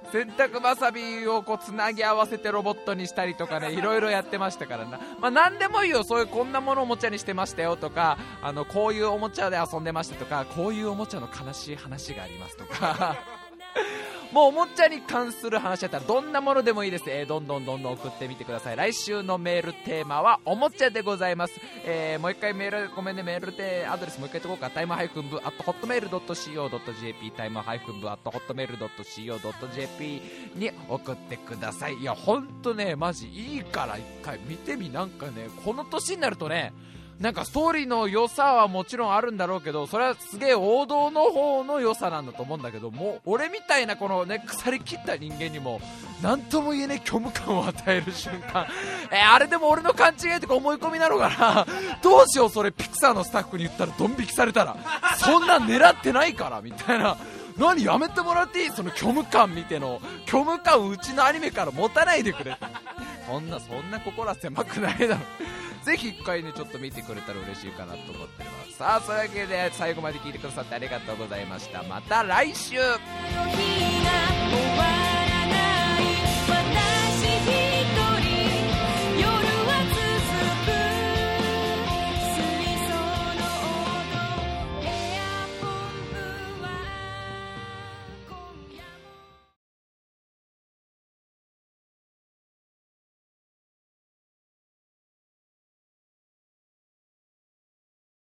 洗濯ばさみをこうつなぎ合わせてロボットにしたりとかね、いろいろやってましたからな。まあ何でもいいよ、そういうこんなものをおもちゃにしてましたよとか、こういうおもちゃで遊んでましたとか、こういうおもちゃの悲しい話がありますとかもうおもちゃに関する話だったらどんなものでもいいです。どんどん送ってみてください。来週のメールテーマはおもちゃでございます。もう一回メール、ごめんね、メールでアドレスもう一回とこうか。タイムハイフン部 @hotmail.co.jp タイムハイフン部 @hotmail.co.jp に送ってください。いやほんとね、マジいいから一回見てみ。なんかね、この年になるとね、なんかストーリーの良さはもちろんあるんだろうけど、それはすげえ王道の方の良さなんだと思うんだけど、もう俺みたいなこのね腐りきった人間にも何とも言えねえ虚無感を与える瞬間あれでも俺の勘違いとか思い込みなのかなどうしよう、それピクサーのスタッフに言ったらドン引きされたら、そんなん狙ってないからみたいな、何やめてもらっていい、その虚無感見ての虚無感をうちのアニメから持たないでくれ。そんな心は狭くないだろ。ぜひ一回ねちょっと見てくれたら嬉しいかなと思ってます。さあ、そういうわけで最後まで聞いてくださってありがとうございました。また来週。